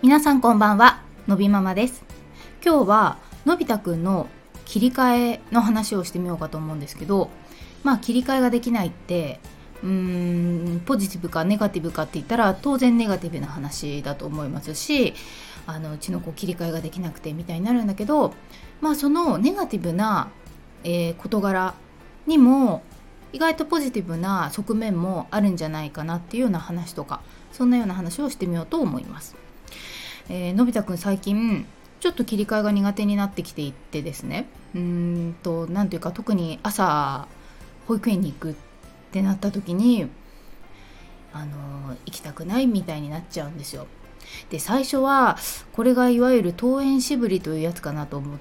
皆さんこんばんは、のびママです。今日はのび太くんの切り替えの話をしてみようかと思うんですけど、切り替えができないってポジティブかネガティブかって言ったら当然ネガティブな話だと思いますし、うちの子切り替えができなくてみたいになるんだけど、そのネガティブな、事柄にも意外とポジティブな側面もあるんじゃないかなっていうような話とか、そんなような話をしてみようと思います。のび太くん最近ちょっと切り替えが苦手になってきていってですね、なんていうか、特に朝保育園に行くってなった時に行きたくないみたいになっちゃうんですよ。で、最初はこれがいわゆる登園しぶりというやつかなと思って、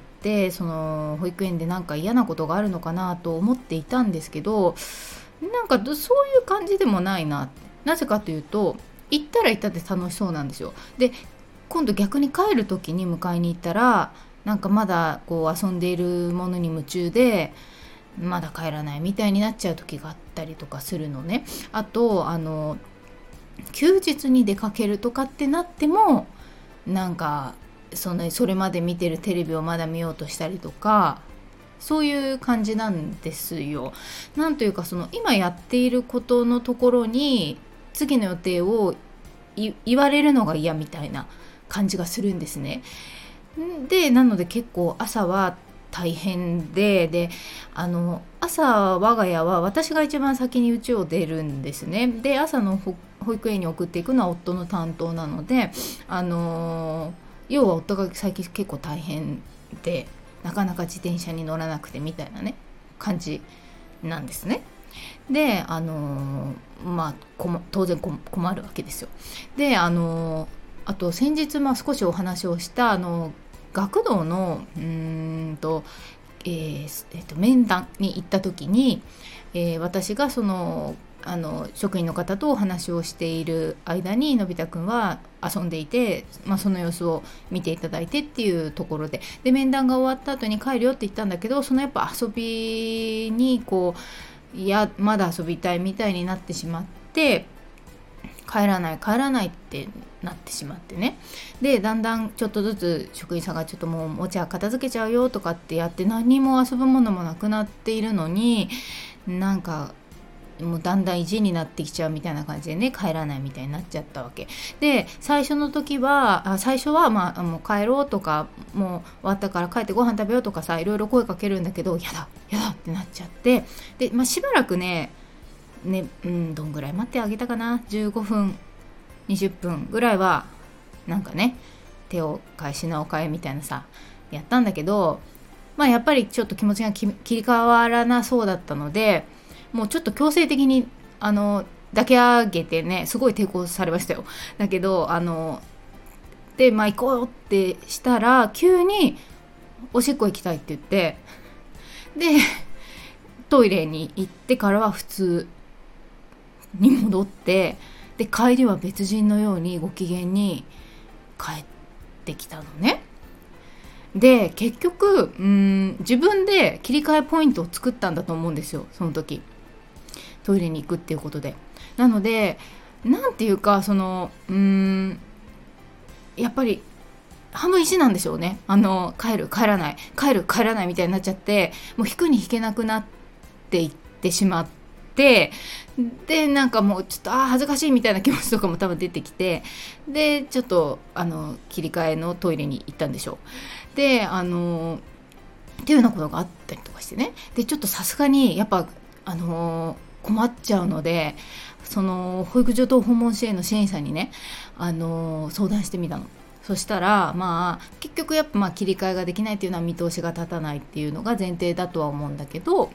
その保育園でなんか嫌なことがあるのかなと思っていたんですけど、なんかそういう感じでもないな。なぜかというと、行ったら行ったって楽しそうなんですよ。で、今度逆に帰る時に迎えに行ったら、なんかまだこう遊んでいるものに夢中でまだ帰らないみたいになっちゃう時があったりとかするのね。あと休日に出かけるとかってなっても、なんかそれまで見てるテレビをまだ見ようとしたりとか、そういう感じなんですよ。なんというか、今やっていることのところに次の予定を言われるのが嫌みたいな感じがするんですね。で、なので結構朝は大変で、朝我が家は私が一番先に家を出るんですね。で、朝の保育園に送っていくのは夫の担当なので、要は夫が最近結構大変で、なかなか自転車に乗らなくてみたいなね感じなんですね。で、当然困るわけですよ。で、あと先日少しお話をした学童の面談に行った時に、私が職員の方とお話をしている間にのび太くんは遊んでいて、その様子を見ていただいてっていうところで、面談が終わった後に帰るよって言ったんだけど、やっぱ遊びにまだ遊びたいみたいになってしまって、帰らないってなってしまってね。で、だんだんちょっとずつ職員さんがちょっともうお茶片付けちゃうよとかってやって、何も遊ぶものもなくなっているのに、なんかもうだんだん意地になってきちゃうみたいな感じでね、帰らないみたいになっちゃったわけで、最初はもう帰ろうとか、もう終わったから帰ってご飯食べようとかさ、いろいろ声かけるんだけど、やだってなっちゃって、で、しばらくどんぐらい待ってあげたかな、15分20分ぐらいはなんかね、手を変え品を変えみたいなさやったんだけど、やっぱりちょっと気持ちが切り替わらなそうだったので、もうちょっと強制的に抱き上げてね、すごい抵抗されましたよ。だけどで、行こうってしたら、急におしっこ行きたいって言って、でトイレに行ってからは普通に戻って、で帰りは別人のようにご機嫌に帰ってきたのね。で、結局自分で切り替えポイントを作ったんだと思うんですよ、その時トイレに行くっていうことで。なので、なんていうか、やっぱり半分意地なんでしょうね。帰る帰らないみたいになっちゃって、もう引くに引けなくなっていってしまって、で、なんかもうちょっと恥ずかしいみたいな気持ちとかも多分出てきて、でちょっと切り替えのトイレに行ったんでしょう。で、っていうようなことがあったりとかしてね。で、ちょっとさすがにやっぱ困っちゃうので、保育所等訪問支援の支援員さんにね相談してみたの。そしたら、結局やっぱ切り替えができないっていうのは見通しが立たないっていうのが前提だとは思うんだけど、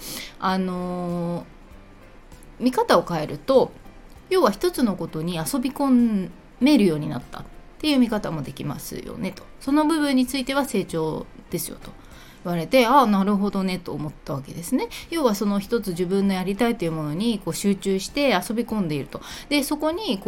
見方を変えると、要は一つのことに遊び込めるようになったっていう見方もできますよねと。その部分については成長ですよと言われて、なるほどねと思ったわけですね。要は一つ自分のやりたいというものに集中して遊び込んでいると。で、そこに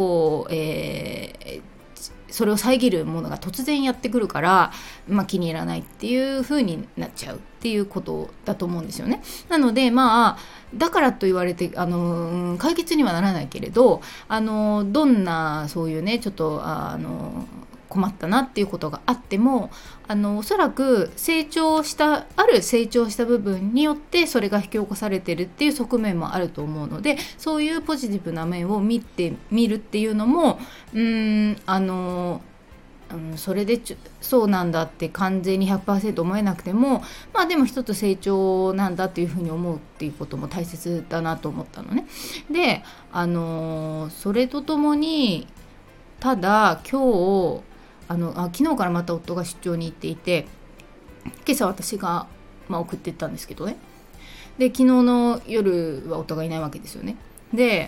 それを遮るものが突然やってくるから、気に入らないっていう風になっちゃうっていうことだと思うんですよね。なので、だからと言われて解決にはならないけれど、どんなそういうね、ちょっと困ったなっていうことがあっても、おそらくある成長した部分によってそれが引き起こされてるっていう側面もあると思うので、そういうポジティブな面を見るっていうのもそれでそうなんだって完全に 100% 思えなくても、まあでも一つ成長なんだっていうふうに思うっていうことも大切だなと思ったのね。で、それとともに、ただ今日昨日からまた夫が出張に行っていて、今朝私が、送ってったんですけどね。で、昨日の夜は夫がいないわけですよね。で、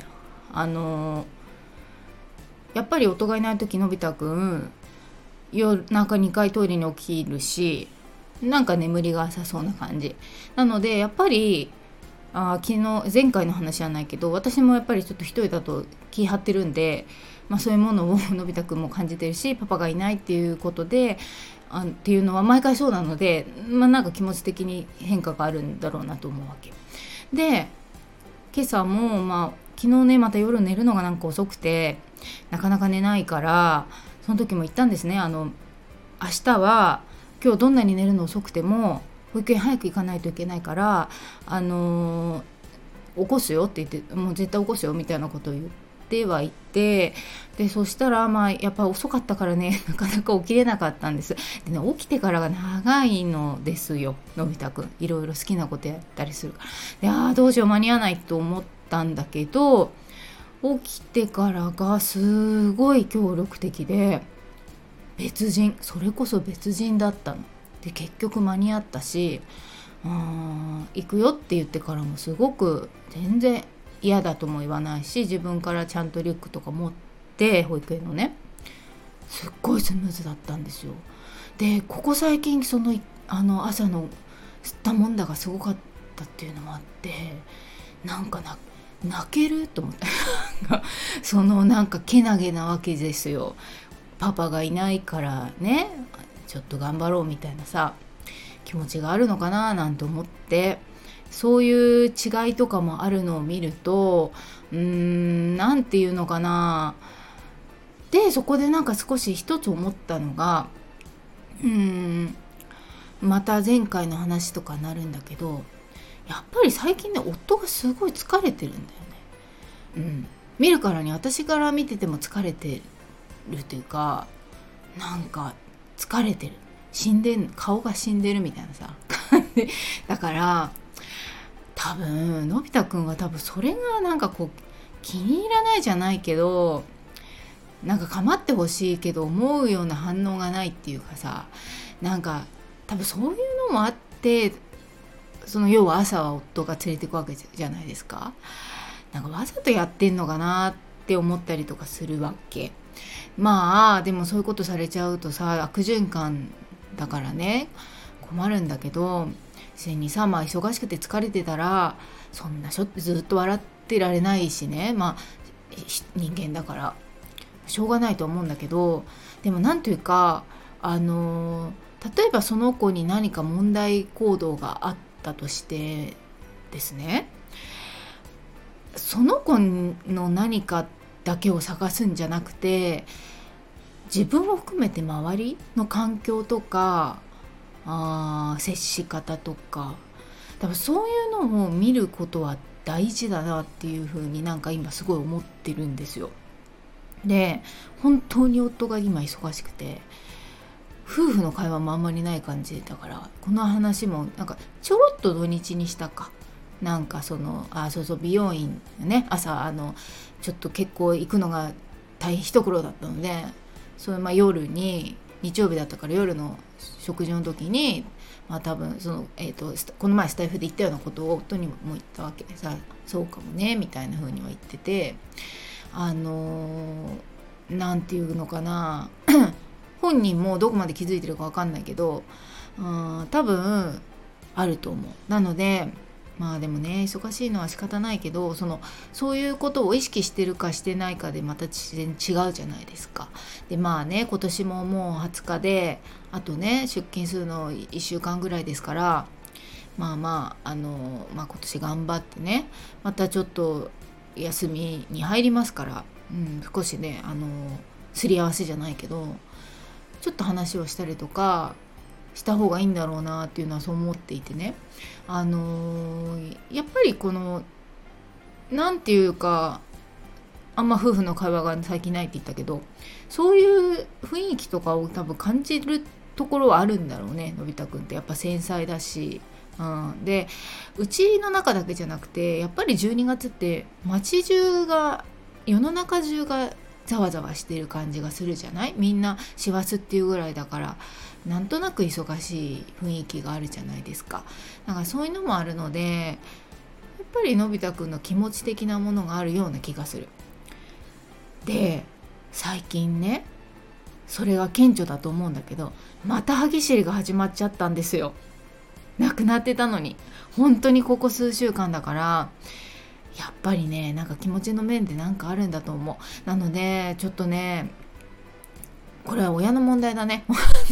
やっぱり夫がいない時、のび太くんなんか2回トイレに起きるし、なんか眠りが浅そうな感じなので、やっぱり昨日前回の話じゃないけど、私もやっぱりちょっと一人だと気張ってるんで、そういうものをのび太くんも感じてるし、パパがいないっていうことでっていうのは毎回そうなので、なんか気持ち的に変化があるんだろうなと思うわけで、今朝も昨日ね、また夜寝るのがなんか遅くてなかなか寝ないから、その時も言ったんですね。明日は今日どんなに寝るの遅くても保育園早く行かないといけないから、起こすよって言って、もう絶対起こすよみたいなことを言ってはいて、でそしたらやっぱ遅かったからね、なかなか起きれなかったんです。でね、起きてからが長いのですよ、のび太くん。いろいろ好きなことやったりするから。で、どうしよう、間に合わないと思ったんだけど、起きてからがすごい協力的で、それこそ別人だったので、結局間に合ったし、行くよって言ってからもすごく全然嫌だとも言わないし、自分からちゃんとリュックとか持って保育園のね、すっごいスムーズだったんですよ。で、ここ最近朝の吸ったもんだがすごかったっていうのもあって、なんか泣けると思ってなんかけなげなわけですよ。パパがいないからね、ちょっと頑張ろうみたいなさ、気持ちがあるのかななんて思って、そういう違いとかもあるのを見ると、なんていうのかな。で、そこでなんか少し一つ思ったのが、また前回の話とかになるんだけど、やっぱり最近ね、夫がすごい疲れてるんだよね。見るからに、私から見てても疲れてるというか、なんか疲れてる、顔が死んでるみたいなさだから多分のび太くんはそれがなんか気に入らないじゃないけど、なんか構ってほしいけど思うような反応がないっていうかさ、なんか多分そういうのもあって、要は朝は夫が連れてくわけじゃないですか。なんかわざとやってんのかなって思ったりとかするわけ。でもそういうことされちゃうとさ、悪循環だからね、困るんだけど、自然にさ、忙しくて疲れてたらそんなずっと笑ってられないしね、人間だからしょうがないと思うんだけど、でもなんというか例えばその子に何か問題行動があったとしてですね、その子の何かだけを探すんじゃなくて、自分を含めて周りの環境とか接し方とか、多分そういうのを見ることは大事だなっていうふうになんか今すごい思ってるんですよ。で、本当に夫が今忙しくて、夫婦の会話もあんまりない感じだから、この話もなんかちょろっと土日にしたかなんか美容院ね、朝ちょっと結構行くのが大変一苦労だったので、夜に、日曜日だったから夜の食事の時に、多分この前スタイフで言ったようなことを夫にも言ったわけでさ、そうかもねみたいな風には言ってて、なんていうのかな本人もどこまで気づいてるか分かんないけど、多分あると思う。なのででもね、忙しいのは仕方ないけど、そういうことを意識してるかしてないかでまた自然違うじゃないですか。で今年ももう20日で、あとね出勤するの1週間ぐらいですから、今年頑張ってね、またちょっと休みに入りますから、少しねすり合わせじゃないけど、 ちょっと話をしたりとかした方がいいんだろうなっていうのはそう思っていてね、やっぱりこのなんていうか、あんま夫婦の会話が最近ないって言ったけど、そういう雰囲気とかを多分感じるところはあるんだろうね。のび太くんってやっぱ繊細だし、でうちの中だけじゃなくて、やっぱり12月って街中が、世の中中がざわざわしてる感じがするじゃない。みんな師走っていうぐらいだから、なんとなく忙しい雰囲気があるじゃないですか。だからそういうのもあるので、やっぱりのび太くんの気持ち的なものがあるような気がする。で最近ね、それが顕著だと思うんだけど、また歯ぎしりが始まっちゃったんですよ。なくなってたのに、本当にここ数週間だから、やっぱりね、なんか気持ちの面でなんかあるんだと思う。なのでちょっとね、これは親の問題だね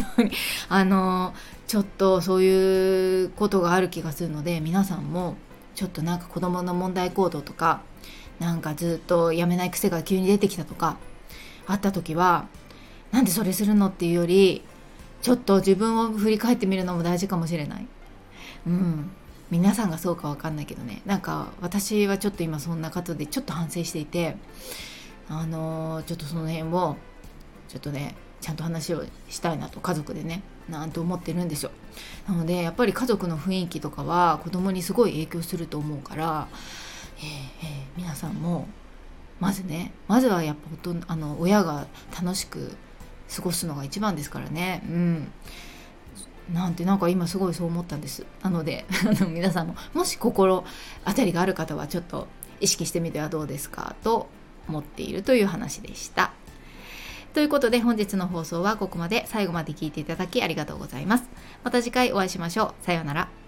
ちょっとそういうことがある気がするので、皆さんもちょっとなんか子供の問題行動とか、なんかずっとやめない癖が急に出てきたとかあった時は、なんでそれするのっていうより、ちょっと自分を振り返ってみるのも大事かもしれない。皆さんがそうかわかんないけどね、なんか私はちょっと今そんなことでちょっと反省していて、ちょっとその辺をちょっとね、ちゃんと話をしたいなと、家族でね、なんて思ってるんですよ。なのでやっぱり家族の雰囲気とかは子供にすごい影響すると思うから、皆さんもまずはやっぱ親が楽しく過ごすのが一番ですからね。なんか今すごいそう思ったんです。なので皆さんももし心当たりがある方はちょっと意識してみてはどうですかと思っているという話でした。ということで本日の放送はここまで。最後まで聞いていただきありがとうございます。また次回お会いしましょう。さようなら。